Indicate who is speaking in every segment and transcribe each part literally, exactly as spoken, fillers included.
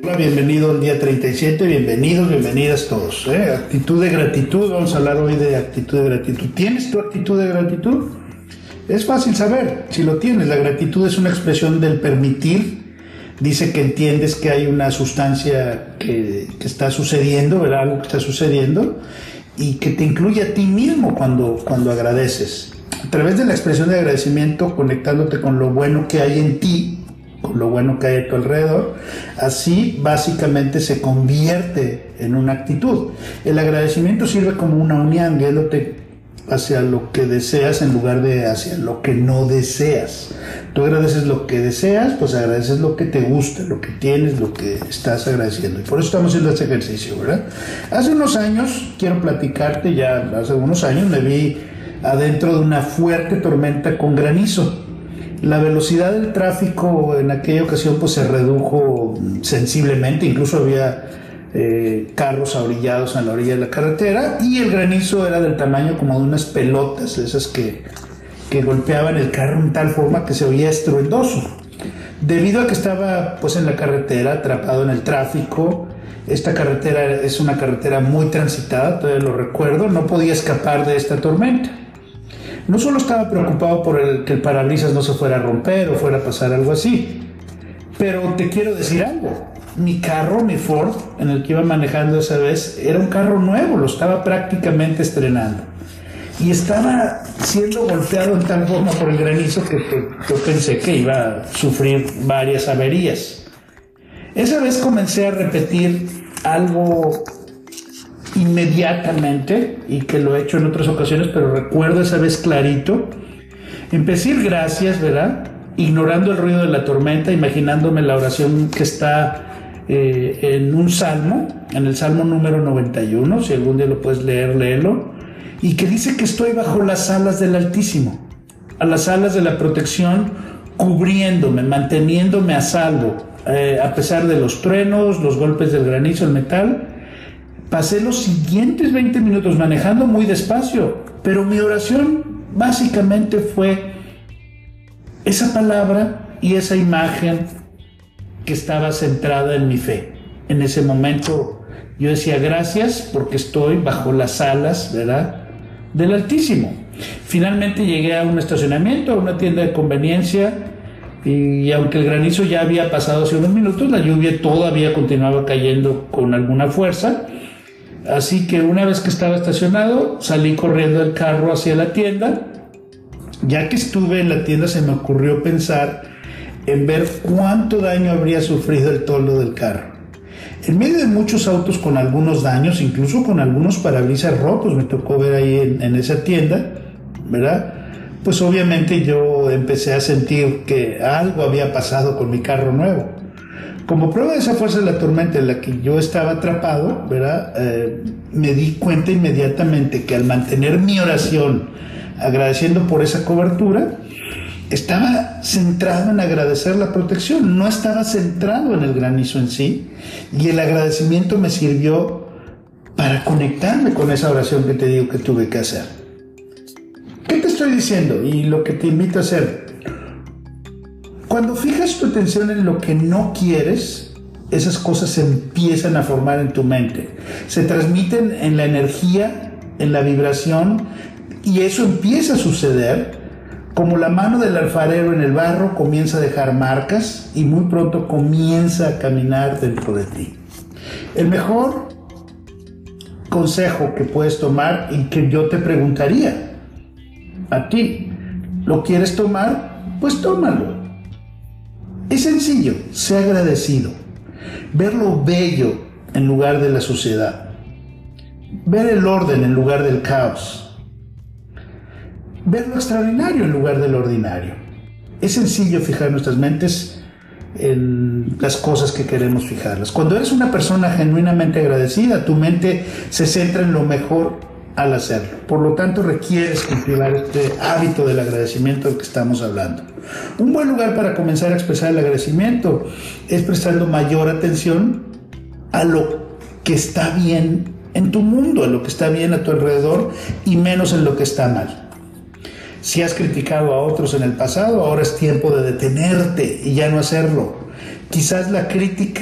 Speaker 1: Hola, bienvenido al día treinta y siete, bienvenidos, bienvenidas todos. ¿eh? Actitud de gratitud, vamos a hablar hoy de actitud de gratitud. ¿Tienes tu actitud de gratitud? Es fácil saber si lo tienes. La gratitud es una expresión del permitir. Dice que entiendes que hay una sustancia que, que está sucediendo, ¿verdad? Algo que está sucediendo y que te incluye a ti mismo cuando, cuando agradeces. A través de la expresión de agradecimiento, conectándote con lo bueno que hay en ti, con lo bueno que hay a tu alrededor, así básicamente se convierte en una actitud. El agradecimiento sirve como una unión, guiándote hacia lo que deseas en lugar de hacia lo que no deseas. Tú agradeces lo que deseas, pues agradeces lo que te gusta, lo que tienes, lo que estás agradeciendo. Y por eso estamos haciendo este ejercicio, ¿verdad? Hace unos años, quiero platicarte, ya hace unos años me vi adentro de una fuerte tormenta con granizo. La velocidad del tráfico en aquella ocasión pues se redujo sensiblemente, incluso había eh, carros abrillados en la orilla de la carretera y el granizo era del tamaño como de unas pelotas, esas que, que golpeaban el carro en tal forma que se oía estruendoso. Debido a que estaba pues en la carretera, atrapado en el tráfico, esta carretera es una carretera muy transitada, todavía lo recuerdo, no podía escapar de esta tormenta. No solo estaba preocupado por el, que el parabrisas no se fuera a romper o fuera a pasar algo así, pero te quiero decir algo. Mi carro, mi Ford, en el que iba manejando esa vez, era un carro nuevo, lo estaba prácticamente estrenando. Y estaba siendo golpeado en tal forma por el granizo que, que yo pensé que iba a sufrir varias averías. Esa vez comencé a repetir algo inmediatamente, y que lo he hecho en otras ocasiones, pero recuerdo esa vez clarito. Empecé a decir gracias, ¿verdad? Ignorando el ruido de la tormenta, imaginándome la oración que está eh, en un salmo, en el salmo número noventa y uno, si algún día lo puedes leer, léelo, y que dice que estoy bajo las alas del Altísimo, a las alas de la protección, cubriéndome, manteniéndome a salvo, eh, a pesar de los truenos, los golpes del granizo, el metal. Pasé los siguientes veinte minutos manejando muy despacio, pero mi oración básicamente fue esa palabra y esa imagen que estaba centrada en mi fe. En ese momento yo decía gracias porque estoy bajo las alas, ¿verdad?, del Altísimo. Finalmente llegué a un estacionamiento, a una tienda de conveniencia, y aunque el granizo ya había pasado hace unos minutos, la lluvia todavía continuaba cayendo con alguna fuerza. Así que una vez que estaba estacionado, salí corriendo del carro hacia la tienda. Ya que estuve en la tienda, se me ocurrió pensar en ver cuánto daño habría sufrido el toldo del carro. En medio de muchos autos con algunos daños, incluso con algunos parabrisas rotos, me tocó ver ahí en, en esa tienda, ¿verdad? Pues obviamente yo empecé a sentir que algo había pasado con mi carro nuevo. Como prueba de esa fuerza de la tormenta en la que yo estaba atrapado, ¿verdad? Eh, me di cuenta inmediatamente que al mantener mi oración, agradeciendo por esa cobertura, estaba centrado en agradecer la protección, no estaba centrado en el granizo en sí, y el agradecimiento me sirvió para conectarme con esa oración que te digo que tuve que hacer. ¿Qué te estoy diciendo? Y lo que te invito a hacer: cuando fijas tu atención en lo que no quieres, esas cosas se empiezan a formar en tu mente. Se transmiten en la energía, en la vibración, y eso empieza a suceder como la mano del alfarero en el barro comienza a dejar marcas y muy pronto comienza a caminar dentro de ti. El mejor consejo que puedes tomar, y que yo te preguntaría a ti, ¿lo quieres tomar? Pues tómalo. Es sencillo, sé agradecido. Ver lo bello en lugar de la suciedad. Ver el orden en lugar del caos. Ver lo extraordinario en lugar del ordinario. Es sencillo fijar nuestras mentes en las cosas que queremos fijarlas. Cuando eres una persona genuinamente agradecida, tu mente se centra en lo mejor al hacerlo. Por lo tanto, requieres cultivar este hábito del agradecimiento del que estamos hablando. Un buen lugar para comenzar a expresar el agradecimiento es prestando mayor atención a lo que está bien en tu mundo, a lo que está bien a tu alrededor, y menos en lo que está mal. Si has criticado a otros en el pasado, ahora es tiempo de detenerte y ya no hacerlo. Quizás la crítica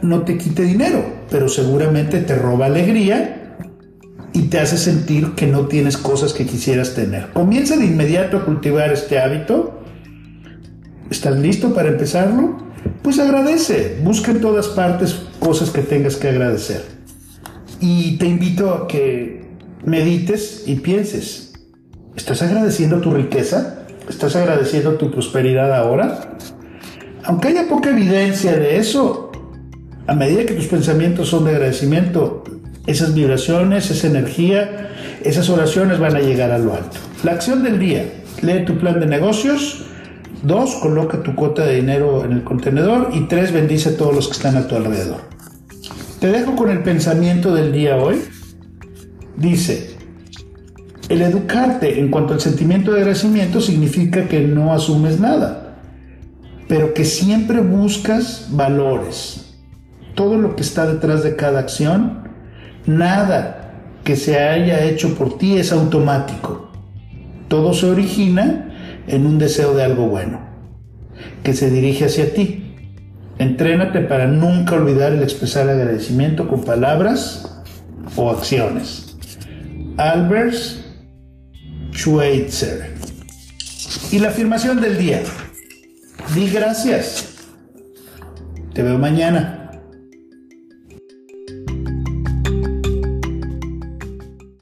Speaker 1: no te quite dinero, pero seguramente te roba alegría y te hace sentir que no tienes cosas que quisieras tener. Comienza de inmediato a cultivar este hábito. ¿Estás listo para empezarlo? Pues agradece, busca en todas partes cosas que tengas que agradecer. Y te invito a que medites y pienses, ¿estás agradeciendo tu riqueza? ¿Estás agradeciendo tu prosperidad ahora? Aunque haya poca evidencia de eso, a medida que tus pensamientos son de agradecimiento, esas vibraciones, esa energía, esas oraciones van a llegar a lo alto. La acción del día: lee tu plan de negocios. Dos, coloca tu cuota de dinero en el contenedor. Y tres, bendice a todos los que están a tu alrededor. Te dejo con el pensamiento del día hoy. Dice: el educarte en cuanto al sentimiento de agradecimiento significa que no asumes nada, pero que siempre buscas valores. Todo lo que está detrás de cada acción, nada que se haya hecho por ti es automático. Todo se origina en un deseo de algo bueno, que se dirige hacia ti. Entrénate para nunca olvidar el expresar agradecimiento con palabras o acciones. Albert Schweitzer. Y la afirmación del día: di gracias. Te veo mañana.